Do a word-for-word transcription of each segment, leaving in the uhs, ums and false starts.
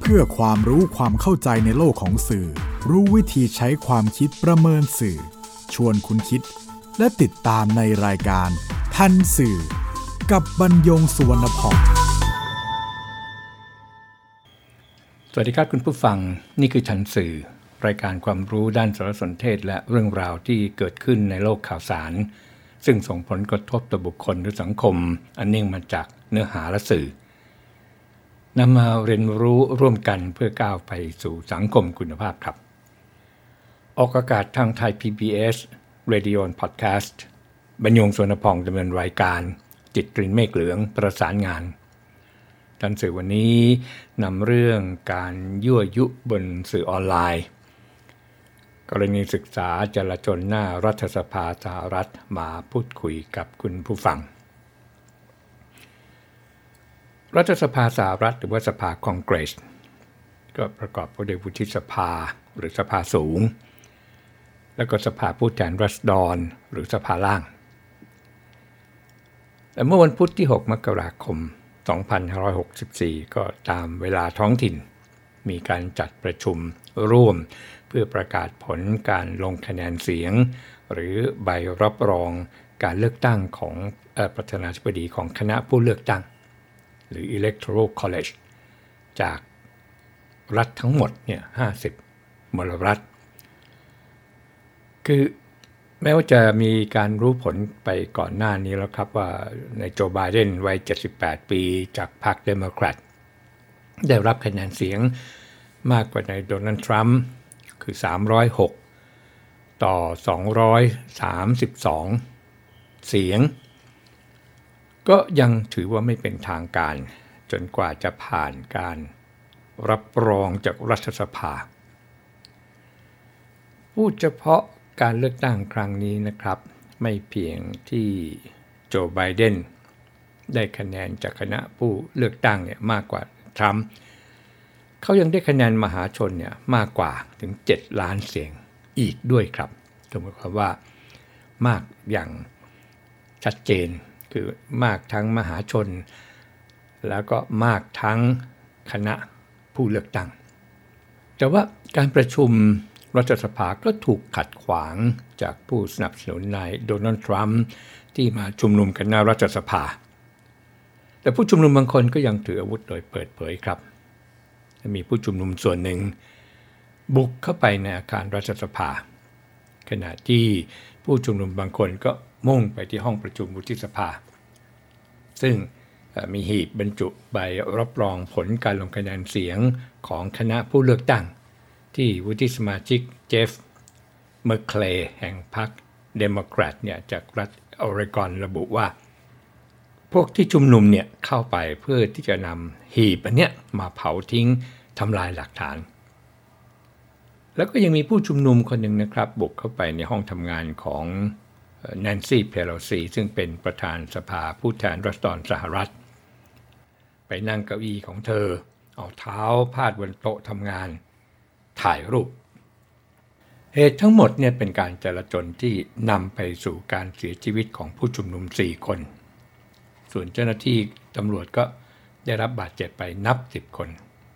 เพื่อความรู้ความเข้าใจในโลกของสื่อรู้วิธีใช้ความคิดประเมินสื่อชวนคุณคิดและติดตามในรายการทันสื่อกับบรรยงสุวรรณพรสวัสดีครับคุณผู้ฟังนี่คือทันสื่อรายการความรู้ด้านสารสนเทศและเรื่องราวที่เกิดขึ้นในโลกข่าวสารซึ่งส่งผลกระทบต่อบุคคลหรือสังคมอันเนื่องมาจากเนื้อหาและสื่อนำมาเรียนรู้ร่วมกันเพื่อก้าวไปสู่สังคมคุณภาพครับออกอากาศทางไทย พี บี เอส Radio and Podcast บรรยงสุวรรณพงษ์ดำเนินรายการจิตกลิ่นเมฆเหลืองประสานงานทันสื่อวันนี้นำเรื่องการยั่วยุบนสื่อออนไลน์กรณีศึกษาจลาจลหน้ารัฐสภาสหรัฐมาพูดคุยกับคุณผู้ฟังรัฐสภาสหรัฐหรือว่าสภาคองเกรสก็ประกอบไปด้วยวุฒิสภาหรือสภาสูงแล้วก็สภาผู้แทนราษฎรหรือสภาล่างและเมื่อวันพุธที่หกมกราคมสองพันห้าร้อยหกสิบสี่ก็ตามเวลาท้องถิ่นมีการจัดประชุมร่วมเพื่อประกาศผลการลงคะแนนเสียงหรือใบรับรองการเลือกตั้งของประธานาธิบดีของคณะผู้เลือกตั้งหรือ Electoral College จากรัฐทั้งหมดเนี่ยห้าสิบมลรัฐคือแม้ว่าจะมีการรู้ผลไปก่อนหน้านี้แล้วครับว่าในโจไบเดนวัยเจ็ดสิบแปดปีจากพรรคเดโมแครตได้รับคะแนนเสียงมากกว่าในโดนัลด์ทรัมป์คือสามร้อยหกต่อสองร้อยสามสิบสองเสียงก็ยังถือว่าไม่เป็นทางการจนกว่าจะผ่านการรับรองจากรัฐสภาพูดเฉพาะการเลือกตั้งครั้งนี้นะครับไม่เพียงที่โจไบเดนได้คะแนนจากคณะผู้เลือกตั้งเนี่ยมากกว่าทรัมป์เขายังได้คะแนนมหาชนเนี่ยมากกว่าถึงเจ็ดล้านเสียงอีกด้วยครับหมายความว่ามากอย่างชัดเจนคือมากทั้งมหาชนแล้วก็มากทั้งคณะผู้เลือกตั้งแต่ว่าการประชุมรัฐสภาก็ถูกขัดขวางจากผู้สนับสนุนนายโดนัลด์ทรัมป์ที่มาชุมนุมกันหน้ารัฐสภาแต่ผู้ชุมนุมบางคนก็ยังถืออาวุธโดยเปิดเผยครับมีผู้ชุมนุมส่วนหนึ่งบุกเข้าไปในอาคารรัฐสภาขณะที่ผู้ชุมนุมบางคนก็มุ่งไปที่ห้องประชุมวุฒิสภาซึ่งมีหีบบรรจุใบรับรองผลการลงคะแนนเสียงของคณะผู้เลือกตั้งที่วุฒิสมาชิกเจฟเมอร์เคลย์แห่งพรรคเดโมแครตเนี่ยจากรัฐออริกอนระบุว่าพวกที่ชุมนุมเนี่ยเข้าไปเพื่อที่จะนำหีบอันเนี้ยมาเผาทิ้งทำลายหลักฐานแล้วก็ยังมีผู้ชุมนุมคนหนึ่งนะครับบุกเข้าไปในห้องทำงานของแนนซี่เพโลซีซึ่งเป็นประธานสภาผู้แทนราษฎรสหรัฐไปนั่งเก้าอี้ของเธอเอาเท้าพาดบนโต๊ะทำงานถ่ายรูปเหตุทั้งหมดเนี่ยเป็นการจลาจลที่นำไปสู่การเสียชีวิตของผู้ชุมนุมสี่คนส่วนเจ้าหน้าที่ตำรวจก็ได้รับบาดเจ็บไปนับสิบคน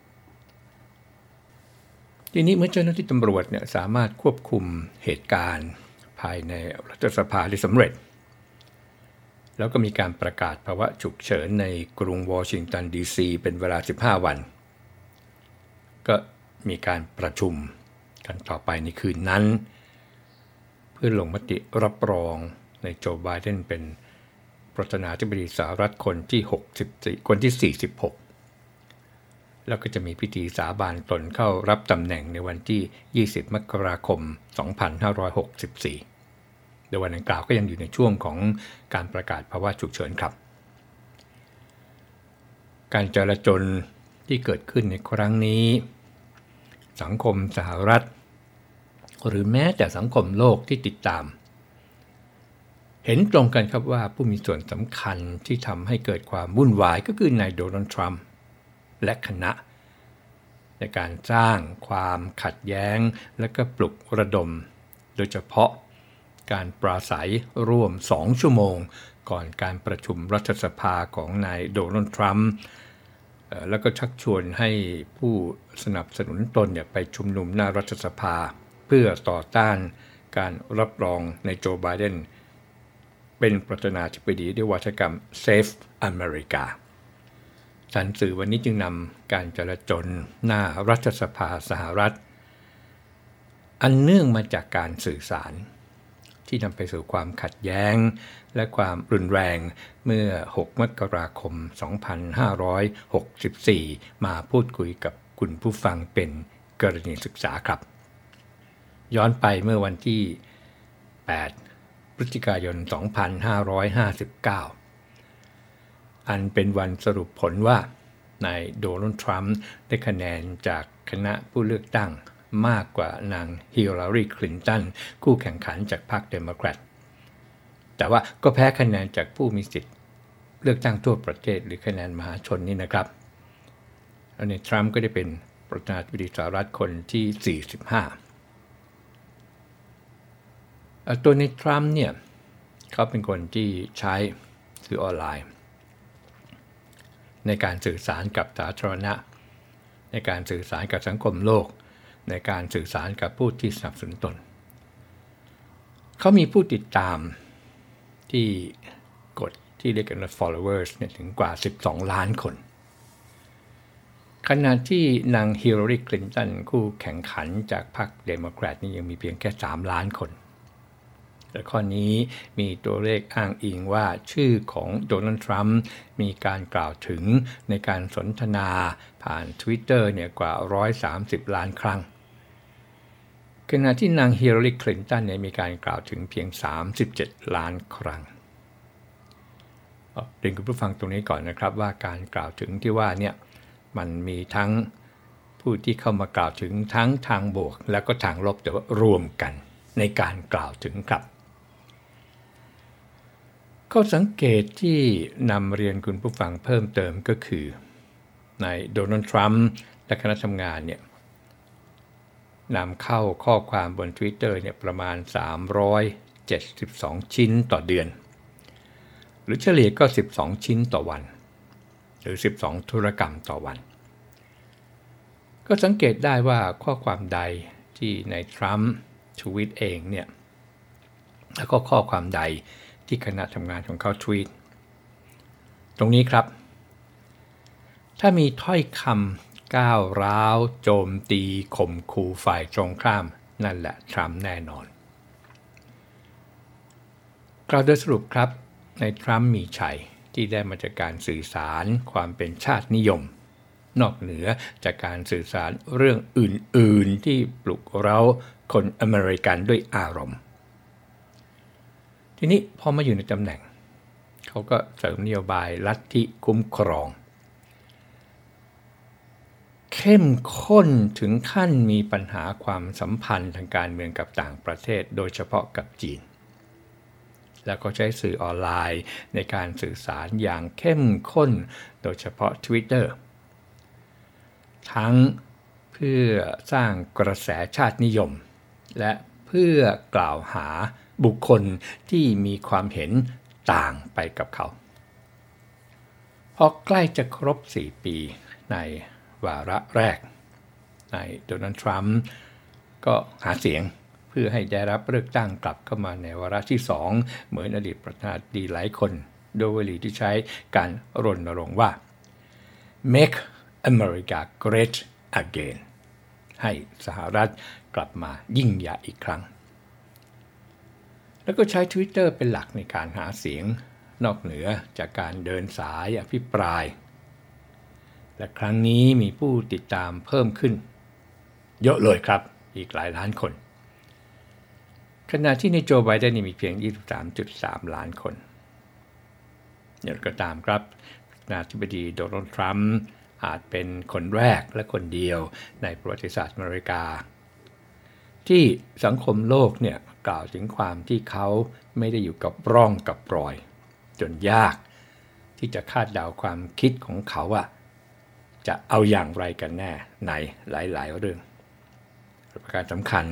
ทีนี้เมื่อเจ้าหน้าที่ตำรวจเนี่ยสามารถควบคุมเหตุการณ์ภายในรัฐสภาได้สำเร็จแล้วก็มีการประกาศภาวะฉุกเฉินในกรุงวอชิงตันดีซีเป็นเวลาสิบห้าวันก็มีการประชุมกันต่อไปในคืนนั้นเพื่อลงมติรับรองในโจไบเดนเป็นประธานาธิบดีสหรัฐคนที่หกสิบสี่คนที่สี่สิบหกแล้วก็จะมีพิธีสาบานตนเข้ารับตำแหน่งในวันที่ยี่สิบมกราคมสองพันห้าร้อยหกสิบสี่โดยวันดังกล่าวก็ยังอยู่ในช่วงของการประกาศภาวะฉุกเฉินครับการจลาจลที่เกิดขึ้นในครั้งนี้สังคมสหรัฐหรือแม้แต่สังคมโลกที่ติดตามเห็นตรงกันครับว่าผู้มีส่วนสำคัญที่ทำให้เกิดความวุ่นวายก็คือนายโดนัลด์ทรัมป์และคณะในการสร้างความขัดแย้งและก็ปลุกระดมโดยเฉพาะการปราศัยร่วมสองชั่วโมงก่อนการประชุมรัฐสภาของนายโดนัลด์ทรัมป์แล้วก็ชักชวนให้ผู้สนับสนุนตนเนี่ยไปชุมนุมหน้ารัฐสภาเพื่อต่อต้านการรับรองในโจไบเดนเป็นประธานาธิบดีด้วยวาทกรรม Save America สารสื่อวันนี้จึงนำการจลาจลหน้ารัฐสภาสหรัฐอันเนื่องมาจากการสื่อสารที่นำไปสู่ความขัดแย้งและความรุนแรงเมื่อหกมกราคมสองพันห้าร้อยหกสิบสี่มาพูดคุยกับคุณผู้ฟังเป็นกรณีศึกษาครับย้อนไปเมื่อวันที่แปดพฤศจิกายนสองพันห้าร้อยห้าสิบเก้าอันเป็นวันสรุปผลว่านายโดนัลด์ทรัมป์ได้คะแนนจากคณะผู้เลือกตั้งมากกว่านางฮิลลารีคลินตันคู่แข่งขันจากพรรคเดโมแครตแต่ว่าก็แพ้คะแนนจากผู้มีสิทธิ์เลือกตั้งทั่วประเทศหรือคะแนนมหาชนนี่นะครับแล้วในทรัมป์ก็ได้เป็นประธานาธิบดีสหรัฐคนที่สี่สิบห้าตัวในทรัมป์เนี่ยเขาเป็นคนที่ใช้สื่อออนไลน์ในการสื่อสารกับสาธารณะในการสื่อสารกับสังคมโลกในการสื่อสารกับผู้ที่สนับสนุนตนเขามีผู้ติดตามที่กดที่เรียกกันว่า followers เนี่ยถึงกว่าสิบสองล้านคนขณะที่นางฮิลลารีคลินตันคู่แข่งขันจากพรรคเดโมแครตนี่ยังมีเพียงแค่สามล้านคนแต่ข้อนี้มีตัวเลขอ้างอิงว่าชื่อของโดนัลด์ทรัมป์มีการกล่าวถึงในการสนทนาผ่าน Twitter เนี่ยกว่าหนึ่งร้อยสามสิบล้านครั้งขณะที่นางฮิลลารีคลินตันเนี่ยมีการกล่าวถึงเพียงสามสิบเจ็ดล้านครั้งเรียนคุณผู้ฟังตรงนี้ก่อนนะครับว่าการกล่าวถึงที่ว่าเนี่ยมันมีทั้งผู้ที่เข้ามากล่าวถึงทั้งทางบวกแล้วก็ทางลบแต่ว่ารวมกันในการกล่าวถึงครับข้อสังเกตที่นำเรียนคุณผู้ฟังเพิ่มเติมก็คือนายโดนัลด์ทรัมป์และคณะทำงานเนี่ยนำเข้าข้อความบน Twitter เนี่ยประมาณสามร้อยเจ็ดสิบสองชิ้นต่อเดือนหรือเฉลี่ยก็สิบสองชิ้นต่อวันหรือสิบสองธุรกรรมต่อวันก็สังเกตได้ว่าข้อความใดที่นายทรัมป์ทวีตเองเนี่ยแล้วก็ข้อความใดที่คณะทำงานของเขาทวีตตรงนี้ครับถ้ามีถ้อยคำก้าวร้าวโจมตีข่มขู่ฝ่ายตรงข้ามนั่นแหละทรัมป์แน่นอนกล่าวโดยสรุปครับในทรัมป์มีชัยที่ได้มาจากการสื่อสารความเป็นชาตินิยมนอกเหนือจากการสื่อสารเรื่องอื่นๆที่ปลุกเร้าคนอเมริกันด้วยอารมณ์ทีนี้พอมาอยู่ในตำแหน่งเขาก็เสริมนโยบายลัทธิคุ้มครองเข้มข้นถึงขั้นมีปัญหาความสัมพันธ์ทางการเมืองกับต่างประเทศโดยเฉพาะกับจีนแล้วก็ใช้สื่อออนไลน์ในการสื่อสารอย่างเข้มข้นโดยเฉพาะ Twitter ทั้งเพื่อสร้างกระแสชาตินิยมและเพื่อกล่าวหาบุคคลที่มีความเห็นต่างไปกับเขาพอใกล้จะครบสี่ปีในวาระแรกนายโดนัลด์ทรัมป์ก็หาเสียงเพื่อให้ได้รับเลือกตั้งกลับเข้ามาในวาระที่สองเหมือนอดีตประธานาธิบดีหลายคนโดยวลีที่ใช้การรณรงค์ว่า Make America Great Again ให้สหรัฐกลับมายิ่งใหญ่อีกครั้งแล้วก็ใช้ Twitter เป็นหลักในการหาเสียงนอกเหนือจากการเดินสายอภิปรายและครั้งนี้มีผู้ติดตามเพิ่มขึ้นเยอะเลยครับอีกหลายล้านคนขณะที่ในโจไบเดนมีเพียง ยี่สิบสามจุดสาม ล้านคนอย่างก็ตามครับประธานาธิบดีโดนัลด์ทรัมป์อาจเป็นคนแรกและคนเดียวในประวัติศาสตร์อเมริกาที่สังคมโลกเนี่ยกล่าวถึงความที่เขาไม่ได้อยู่กับร่องกับรอยจนยากที่จะคาดเดาความคิดของเขาว่าจะเอาอย่างไรกันแน่ในหลายๆเรื่องประการสำคัญ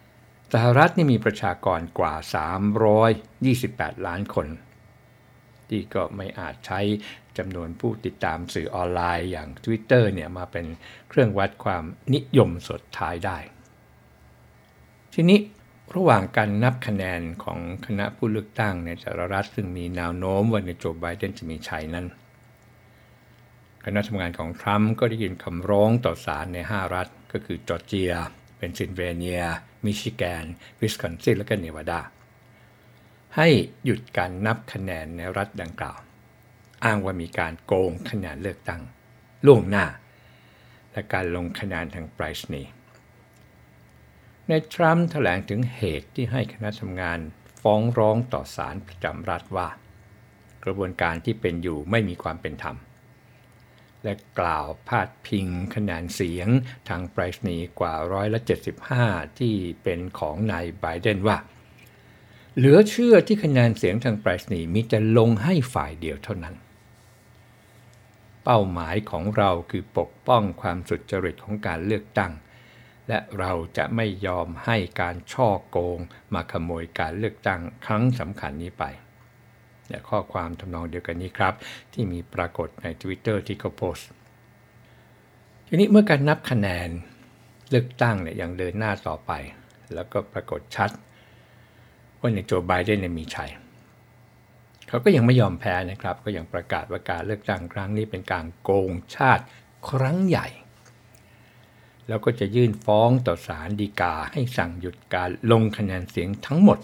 สหรัฐนี่มีประชากรกว่าสามร้อยยี่สิบแปดล้านคนทที่ก็ไม่อาจใช้จำนวนผู้ติดตามสื่อออนไลน์อย่าง Twitter เนี่ยมาเป็นเครื่องวัดความนิยมสุดท้ายได้ทีนี้ระหว่างการนับคะแนนของคณะผู้เลือกตั้งในแต่ละรัฐซึ่งมีแนวโน้มว่าในโจไบเดนจะมีชัยนั้นคณะทำงานของทรัมป์ก็ได้ยื่นคำร้องต่อศาลในห้ารัฐก็คือจอร์เจียเพนซิลเวเนียมิชิแกนวิสคอนซินและก็เนวาดาให้หยุดการนับคะแนนในรัฐดังกล่าวอ้างว่ามีการโกงคะแนนเลือกตั้งล่วงหน้าและการลงคะแนนทางไปรษณีย์ในทรัมป์แถลงถึงเหตุที่ให้คณะทำงานฟ้องร้องต่อศาลประจำรัฐว่ากระบวนการที่เป็นอยู่ไม่มีความเป็นธรรมและกล่าวพาดพิงคะแนนเสียงทางไปรษณีย์กว่าร้อยละเจ็ดสิบห้าที่เป็นของนายไบเดนว่าเหลือเชื่อที่คะแนนเสียงทางไปรษณีย์มีแต่ลงให้ฝ่ายเดียวเท่านั้นเป้าหมายของเราคือปกป้องความสุจริตของการเลือกตั้งและเราจะไม่ยอมให้การช่อโกงมาขโมยการเลือกตั้งครั้งสำคัญนี้ไปและข้อความทำนองเดียวกันนี้ครับที่มีปรากฏใน Twitter ที่เขาโพสต์ทีนี้เมื่อการนับคะแนนเลือกตั้งเนี่ยยังเดินหน้าต่อไปแล้วก็ปรากฏชัดว่าในโจไบเดนเนี่ยมีชัยเขาก็ยังไม่ยอมแพ้นะครับก็ยังประกาศว่าการเลือกตั้งครั้งนี้เป็นการโกงชาติครั้งใหญ่แล้วก็จะยื่นฟ้องต่อศาลฎีกาให้สั่งหยุดการลงคะแนนเสียงทั้งหมด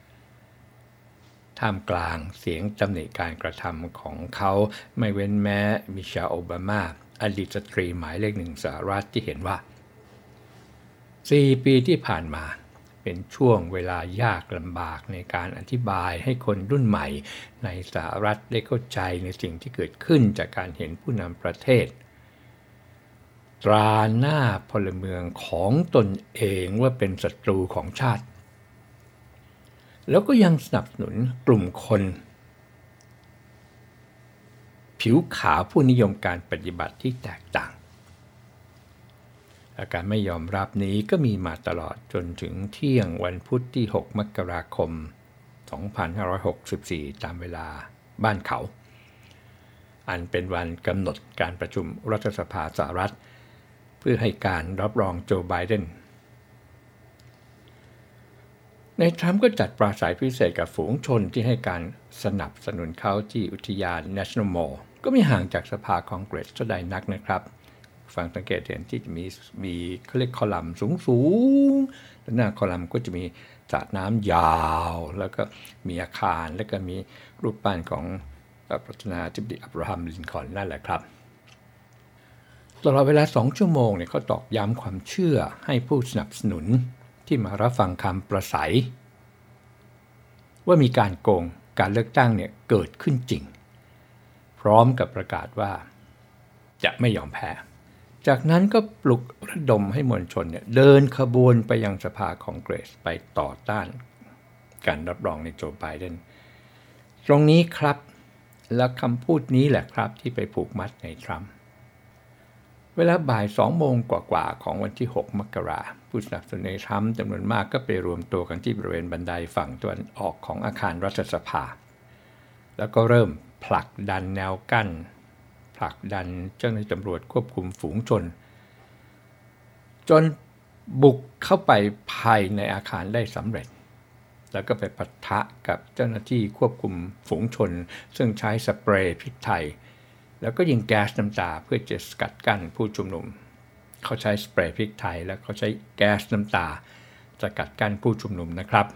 ท่ามกลางเสียงตำหนิการกระทำของเขาไม่เว้นแม้มิเชลโอบามาอดีตสตรีหมายเลขหนึ่งสหรัฐที่เห็นว่าสี่ปีที่ผ่านมาเป็นช่วงเวลายากลำบากในการอธิบายให้คนรุ่นใหม่ในสหรัฐได้เข้าใจในสิ่งที่เกิดขึ้นจากการเห็นผู้นำประเทศตราหน้าพลเมืองของตนเองว่าเป็นศัตรูของชาติแล้วก็ยังสนับสนุนกลุ่มคนผิวขาวผู้นิยมการปฏิบัติที่แตกต่างและการไม่ยอมรับนี้ก็มีมาตลอดจนถึงเที่ยงวันพุธที่หกมกราคมสองพันห้าร้อยหกสิบสี่ตามเวลาบ้านเขาอันเป็นวันกำหนดการประชุมรัฐสภาสหรัฐเพื่อให้การรับรองโจไบเดนในทรัมป์ก็จัดปราศรัยพิเศษกับฝูงชนที่ให้การสนับสนุนเขาที่อุทยาน National Mall ก็ไม่ห่างจากสภาคองเกรสเท่าใดนักนะครับฟังสังเกตเห็นที่จะมีมีเขาเรียกคอลัมน์สูงๆแล้วหน้าคอลัมน์ก็จะมีสระน้ำยาวแล้วก็มีอาคารแล้วก็มีรูปปั้นของประธานาธิบดีอับราฮัมลินคอล์นนั่นแหละครับตลอดเวลาสองชั่วโมงเนี่ยเขาตอกย้ำความเชื่อให้ผู้สนับสนุนที่มารับฟังคำประสัยว่ามีการโกงการเลือกตั้งเนี่ยเกิดขึ้นจริงพร้อมกับประกาศว่าจะไม่ยอมแพ้จากนั้นก็ปลุกระดมให้มวลชนเนี่ยเดินขบวนไปยังสภาคองเกรสไปต่อต้านการรับรองในโจไบเดนตรงนี้ครับและคำพูดนี้แหละครับที่ไปผูกมัดในทรัมป์เวลาบ่ายสองโมงกว่าๆของวันที่หกมกราคมผู้สนับสนุนในทรัมป์จำนวนมากก็ไปรวมตัวกันที่บริเวณบันไดฝั่งตะวันออกของอาคารรัฐสภาแล้วก็เริ่มผลักดันแนวกั้นผลักดันเจ้าหน้าที่ตำรวจควบคุมฝูงชนจนบุกเข้าไปภายในอาคารได้สำเร็จแล้วก็ไปปะทะกับเจ้าหน้าที่ควบคุมฝูงชนซึ่งใช้สเปรย์พริกไทยแล้วก็ยิงแก๊สน้ำตาเพื่อจะสกัดกั้นผู้ชุมนุมเขาใช้สเปรย์พริกไทยแล้วเขาใช้แก๊สน้ำตาสกัดกั้นผู้ชุมนุมนะครับ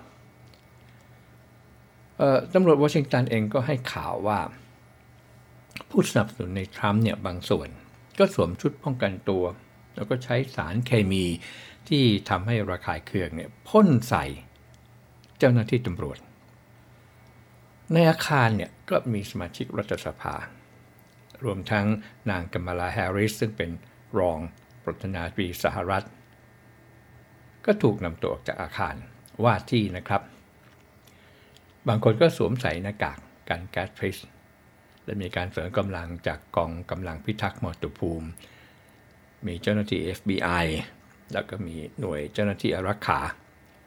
ตำรวจวอชิงตันเองก็ให้ข่าวว่าผู้สนับสนุนในทรัมป์เนี่ยบางส่วนก็สวมชุดป้องกันตัวแล้วก็ใช้สารเคมีที่ทำให้ระคายเคืองเนี่ยพ่นใส่เจ้าหน้าที่ตำรวจในอาคารเนี่ยก็มีสมาชิกรัฐสภารวมทั้งนางกัมมาลาแฮร์ริสซึ่งเป็นรองประธานาธิบดีสหรัฐก็ถูกนำตัวออกจากอาคารว่าที่นะครับบางคนก็สวมใส่หน้ากากกันแก๊สพิษและมีการเสริมกำลังจากกองกำลังพิทักษ์มัลติภูมิมีเจ้าหน้าที่ เอฟ บี ไอ แล้วก็มีหน่วยเจ้าหน้าที่อารักขา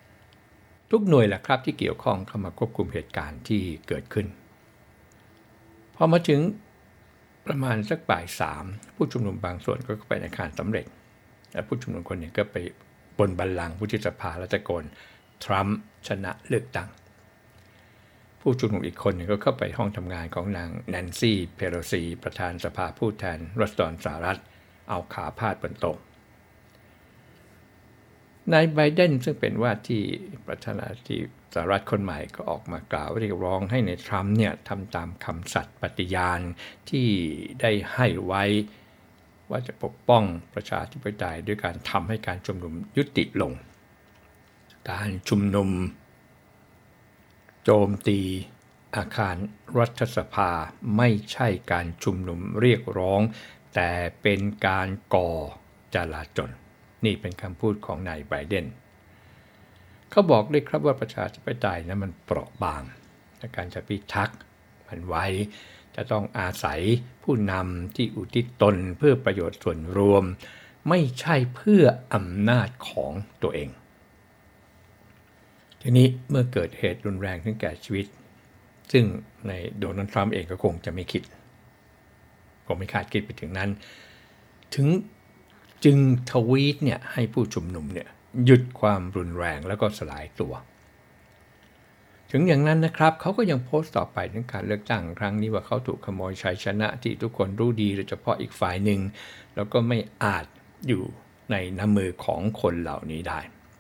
ทุกหน่วยแหละครับที่เกี่ยวข้องเข้ามาควบคุมเหตุการณ์ที่เกิดขึ้นพอมาถึงประมาณสักบ่ายสามผู้ชุมนุมบางส่วนก็ไปในอาคารสำเร็จและผู้ชุมนุมคนหนึ่งก็ไปบนบัลลังก์วุฒิสภาและตะโกนทรัมป์ชนะเลือกตั้งผู้ชุมนุมอีกคนหนึ่งก็เข้าไปห้องทำงานของนางแนนซี่เพโลซีประธานสภาผู้แทนราษฎรสหรัฐเอาขาพาดบนโต๊ะนายไบเดนซึ่งเป็นว่าที่ประธานาธิบดีสหรัฐคนใหม่ก็ออกมากล่าวเรียกร้องให้ในทรัมป์เนี่ยทำตามคำสัตย์ปฏิญาณที่ได้ให้ไว้ว่าจะปกป้องประชาธิปไตยด้วยการทำให้การชุมนุมยุติลงการชุมนุมโจมตีอาคารรัฐสภาไม่ใช่การชุมนุมเรียกร้องแต่เป็นการก่อจลาจลนี่เป็นคำพูดของนายไบเดนเขาบอกด้วยครับว่าประชาธิปไตยนั้นมันเปราะบางและการจะพิทักษ์มันไว้จะต้องอาศัยผู้นำที่อุทิศตนเพื่อประโยชน์ส่วนรวมไม่ใช่เพื่ออำนาจของตัวเองทีนี้เมื่อเกิดเหตุรุนแรงถึงแก่ชีวิตซึ่งในโดนัลด์ทรัมป์เองก็คงจะไม่คิดคงไม่คาดคิดไปถึงนั้นถึงจึงทวีตเนี่ยให้ผู้ชุมนุมเนี่ยหยุดความรุนแรงแล้วก็สลายตัวถึงอย่างนั้นนะครับเขาก็ยังโพสต์ต่อไปถึงการเลือกตั้งครั้งนี้ว่าเขาถูกขโมยชัยชนะที่ทุกคนรู้ดีโดยเฉพาะอีกฝ่ายหนึ่งแล้วก็ไม่อาจอยู่ในน้ำมือของคนเหล่านี้ได้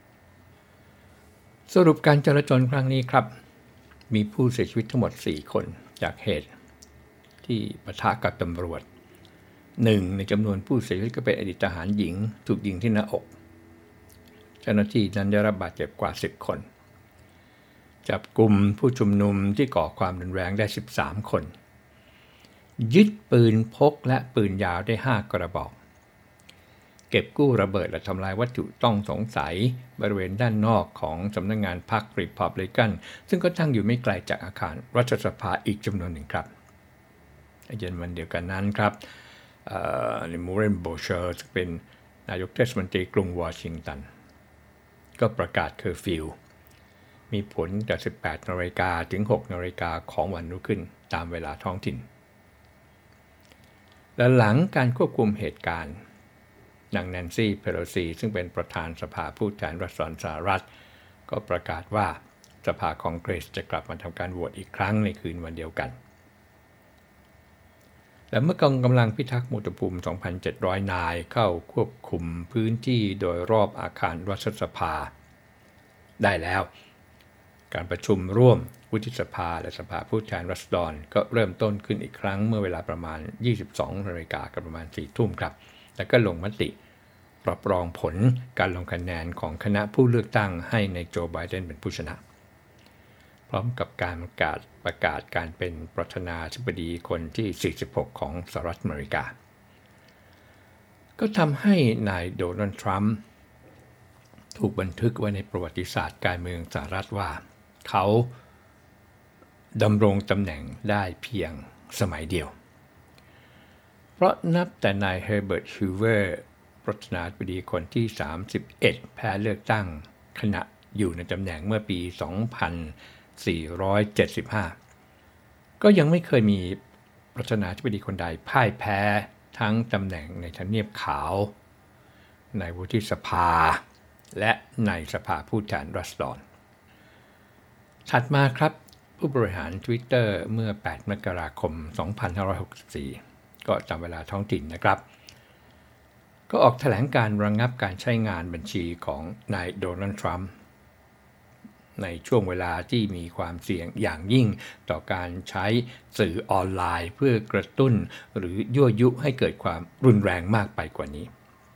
สรุปการจลาจลครั้งนี้ครับมีผู้เสียชีวิตทั้งหมดสี่คนจากเหตุที่ปะทะกับตำรวจหนึ่งในจำนวนผู้เสียชีวิตก็เป็นอดีตทหารหญิงถูกยิงที่หน้าอกเจ้าหน้าที่นั้นได้รับบาดเจ็บกว่าสิบคนจับกลุ่มผู้ชุมนุมที่ก่อความรุนแรงได้สิบสามคนยึดปืนพกและปืนยาวได้ห้ากระบอกเก็บกู้ระเบิดและทำลายวัตถุต้องสงสัยบริเวณด้านนอกของสำนักงานพรรครีพับลิกันซึ่งก็ตั้งอยู่ไม่ไกลจากอาคารรัฐสภาอีกจำนวนหนึ่งครับเย็นวันเดียวกันนั้นครับมูเรนโบเชอร์เป็นนายกเทศมนตรีกรุงวอชิงตันก็ประกาศเคอร์ฟิวมีผลจากสิบแปดนาฬิกาถึงหกนาฬิกาของวันรุ่งขึ้นตามเวลาท้องถิ่นและหลังการควบคุมเหตุการณ์นางแนนซี่เพโลซีซึ่งเป็นประธานสภาผู้แทนราษฎรสหรัฐก็ประกาศว่าสภาคองเกรสจะกลับมาทำการโหวตอีกครั้งในคืนวันเดียวกันและเมื่อกองกำลังพิทักษ์มัลติภูมิ สองพันเจ็ดร้อย นายเข้าควบคุมพื้นที่โดยรอบอาคารรัฐสภาได้แล้วการประชุมร่วมวุฒิสภาและสภาผู้แทนราษฎรก็เริ่มต้นขึ้นอีกครั้งเมื่อเวลาประมาณ ยี่สิบสองนาฬิกากับประมาณ สี่ทุ่มครับแล้วก็ลงมติรับรองผลการลงคะแนนของคณะผู้เลือกตั้งให้ในโจไบเดนเป็นผู้ชนะพร้อมกับการประกาศประกาศการเป็นประธานาธิบดีคนที่สี่สิบหกของสหรัฐอเมริกาก็ทำให้นายโดนัลด์ทรัมป์ถูกบันทึกไว้ในประวัติศาสตร์การเมืองสหรัฐว่าเขาดำรงตำแหน่งได้เพียงสมัยเดียวเพราะนับแต่นายเฮอร์เบิร์ตฮูเวอร์ประธานาธิบดีคนที่สามสิบเอ็ดแพ้เลือกตั้งขณะอยู่ในตำแหน่งเมื่อปีสองพันสี่ร้อยเจ็ดสิบห้าก็ยังไม่เคยมีประธานาธิบดีคนใดพ่ายแพ้ทั้งตำแหน่งในทำเนียบขาวในวุฒิสภาและในสภาผู้แทนราษฎรถัดมาครับผู้บริหาร Twitter เมื่อแปดมกราคมสองพันห้าร้อยหกสิบสี่ก็ตามเวลาท้องถิ่นนะครับก็ออกแถลงการระงับการใช้งานบัญชีของนายโดนัลด์ทรัมป์ในช่วงเวลาที่มีความเสี่ยงอย่างยิ่งต่อการใช้สื่อออนไลน์เพื่อกระตุ้นหรือยั่วยุให้เกิดความรุนแรงมากไปกว่านี้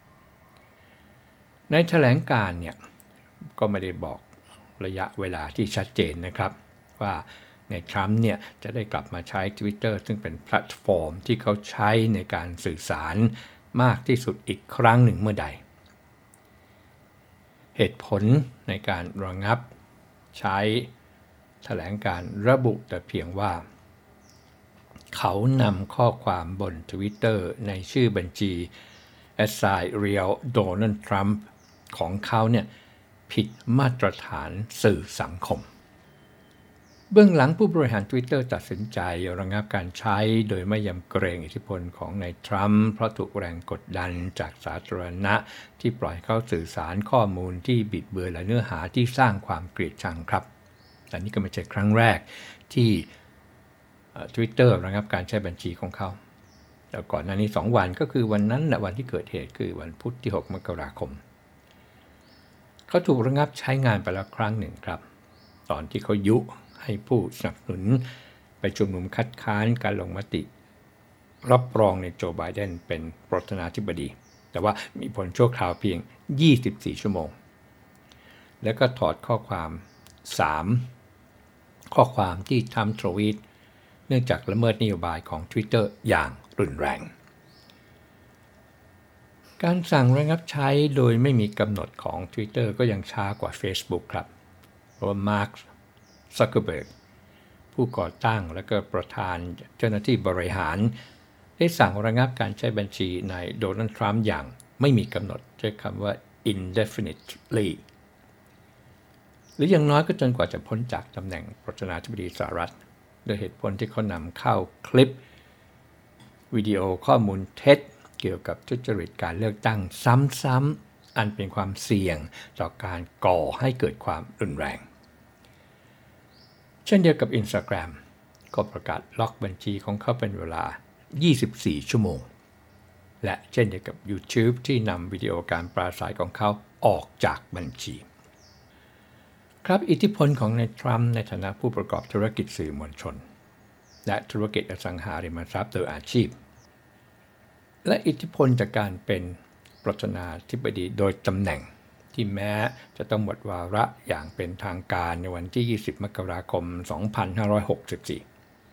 ในแถลงการเนี่ยก็ไม่ได้บอกระยะเวลาที่ชัดเจนนะครับว่าในทรัมป์เนี่ยจะได้กลับมาใช้ Twitter ซึ่งเป็นแพลตฟอร์มที่เขาใช้ในการสื่อสารมากที่สุดอีกครั้งหนึ่งเมื่อใดเหตุผลในการระงับใช้แถลงการระบุแต่เพียงว่าเขานำข้อความบน Twitter ในชื่อบัญชี แอท ไซน์ Real Donald Trump ของเขาเนี่ยผิดมาตรฐานสื่อสังคมเบื้องหลังผู้บริหาร Twitter ตัดสินใจระงับการใช้โดยไม่ยำเกรงอิทธิพลของนายทรัมป์เพราะถูกแรงกดดันจากสาธารณะที่ปล่อยเข้าสื่อสารข้อมูลที่บิดเบือนและเนื้อหาที่สร้างความเกลียดชังครับแต่นี่ก็ไม่ใช่ครั้งแรกที่ Twitter ระงับการใช้บัญชีของเขาแล้วก่อนหน้านี้สองวันก็คือวันนั้นและวันที่เกิดเหตุคือวันพุธที่หกมกราคมเขาถูกระงับใช้งานไปแล้วครั้งหนึ่งครับตอนที่เขายุให้ผู้สนับสนุนไปชุมนุมคัดค้านการลงมติรับรองในโจไบเดนเป็นประธานาธิบดีแต่ว่ามีผลชั่วคราวเพียงยี่สิบสี่ชั่วโมงแล้วก็ถอดข้อความสามข้อความที่ทำทวีตเนื่องจากละเมิดนโยบายของ Twitter อย่างรุนแรงการสั่งระงับใช้โดยไม่มีกำหนดของ Twitter ก็ยังช้ากว่า Facebook ครับเพราะว่ามาร์คซักเคอร์เบิร์กผู้ก่อตั้งและก็ประธานเจ้าหน้าที่บริหารได้สั่งระงับการใช้บัญชีนายโดนัลด์ทรัมป์อย่างไม่มีกำหนดใช้คำว่า indefinitely หรืออย่างน้อยก็จนกว่าจะพ้นจากตำแหน่งประธานาธิบดีสหรัฐโดยเหตุผลที่เขานำเข้าคลิปวิดีโอข้อมูลเท็จเกี่ยวกับทุจริตการเลือกตั้งซ้ำๆอันเป็นความเสี่ยงต่อการก่อให้เกิดความรุนแรงเช่นเดียวกับ Instagram ก็ประกาศล็อกบัญชีของเขาเป็นเวลายี่สิบสี่ชั่วโมงและเช่นเดียวกับ YouTube ที่นำวิดีโอการปราศรัยของเขาออกจากบัญชีครับอิทธิพลของนายทรัมป์ในฐานะผู้ประกอบธุรกิจสื่อมวลชนและธุรกิจอสังหาริมทรัพย์โดยอาชีพและอิทธิพลจากการเป็นประธานาธิบดีโดยตำแหน่งที่แม้จะต้องหมดวาระอย่างเป็นทางการในวันที่ยี่สิบมกราคมสองพันห้าร้อยหกสิบสี่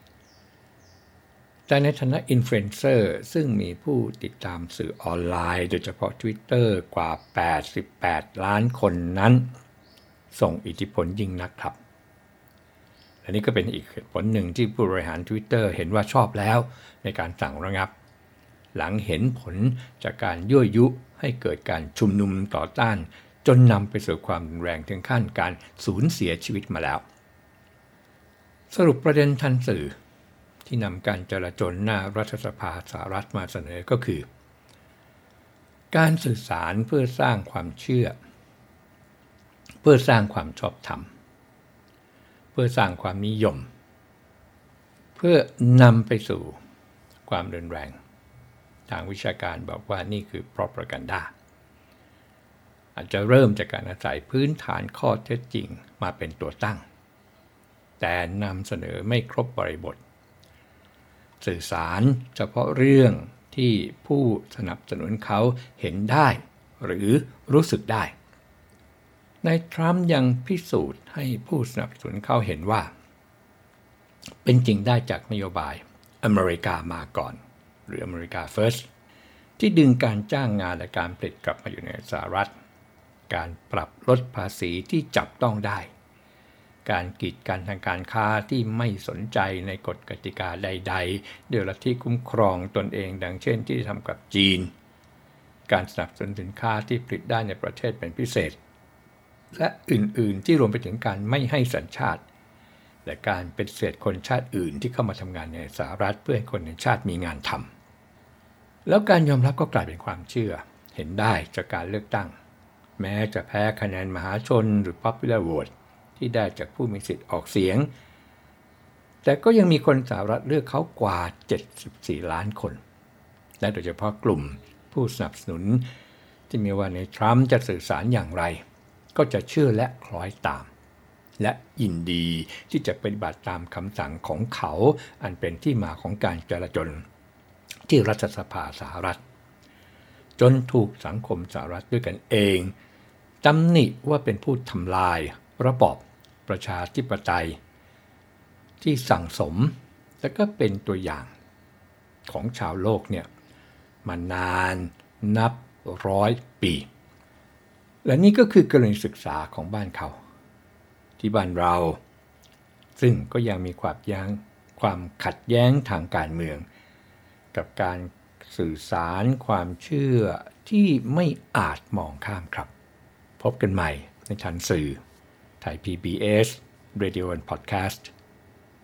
แต่ในฐานะอินฟลูเอนเซอร์ซึ่งมีผู้ติดตามสื่อออนไลน์โดยเฉพาะ Twitter กว่าแปดสิบแปดล้านคนนั้นส่งอิทธิพลยิ่งนักครับและนี่ก็เป็นอีกเหตุผลหนึ่งที่ผู้บริหาร Twitter เห็นว่าชอบแล้วในการสั่งระงับหลังเห็นผลจากการยั่วยุให้เกิดการชุมนุมต่อต้านจนนำไปสู่ความรุนแรงถึงขั้นการสูญเสียชีวิตมาแล้วสรุปประเด็นทันสื่อที่นำการจลาจลหน้ารัฐสภาสหรัฐมาเสนอก็คือการสื่อสารเพื่อสร้างความเชื่อเพื่อสร้างความชอบธรรมเพื่อสร้างความนิยมเพื่อนำไปสู่ความรุนแรงทางวิชาการบอกว่านี่คือ propaganda อาจจะเริ่มจากการอาศัยพื้นฐานข้อเท็จจริงมาเป็นตัวตั้งแต่นำเสนอไม่ครบบริบทสื่อสารเฉพาะเรื่องที่ผู้สนับสนุนเขาเห็นได้หรือรู้สึกได้นายทรัมป์ยังพิสูจน์ให้ผู้สนับสนุนเขาเห็นว่าเป็นจริงได้จากนโยบายอเมริกามาก่อนหรืออเมริกา First ที่ดึงการจ้างงานและการผลิตกลับมาอยู่ในสหรัฐการปรับลดภาษีที่จับต้องได้การกีดกันทางการค้าที่ไม่สนใจในกฎกติกาใดๆโดยลัทธิคุ้มครองตนเองดังเช่นที่ทำกับจีนการสนับสนุนสินค้าที่ผลิตได้ในประเทศเป็นพิเศษและอื่นๆที่รวมไปถึงการไม่ให้สัญชาติและการปฏิเสธคนชาติอื่นที่เข้ามาทำงานในสหรัฐเพื่อให้คนในชาติมีงานทำแล้วการยอมรับก็กลายเป็นความเชื่อเห็นได้จากการเลือกตั้งแม้จะแพ้คะแนนมหาชนหรือ popular vote ที่ได้จากผู้มีสิทธิ์ออกเสียงแต่ก็ยังมีคนสหรัฐเลือกเขากว่าเจ็ดสิบสี่ล้านคนและโดยเฉพาะกลุ่มผู้สนับสนุนที่มีว่าในทรัมป์จะสื่อสารอย่างไรก็จะเชื่อและคล้อยตามและยินดีที่จะปฏิบัติตามคำสั่งของเขาอันเป็นที่มาของการจลาจลที่รัฐสภาสหรัฐจนถูกสังคมสหรัฐด้วยกันเองตำหนิว่าเป็นผู้ทำลายระบอบประชาธิปไตยที่สั่งสมและก็เป็นตัวอย่างของชาวโลกเนี่ยมานานนับร้อยปีและนี่ก็คือกรณีศึกษาของบ้านเขาที่บ้านเราซึ่งก็ยังมีความแย้งความขัดแย้งทางการเมืองกับการสื่อสารความเชื่อที่ไม่อาจมองข้ามครับพบกันใหม่ในทันสื่อไทย พี บี เอส Radio and Podcast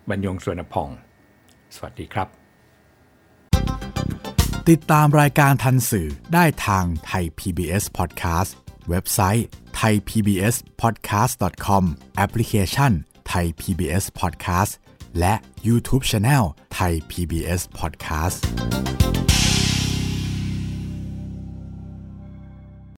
บรรยงสุวรรณพองสวัสดีครับติดตามรายการทันสื่อได้ทางไทย พี บี เอส Podcast เว็บไซต์ ไทย พี บี เอส พอดแคสต์ ดอท คอม แอปพลิเคชัน Thai พี บี เอส Podcast และ YouTube Channel Thai พี บี เอส Podcast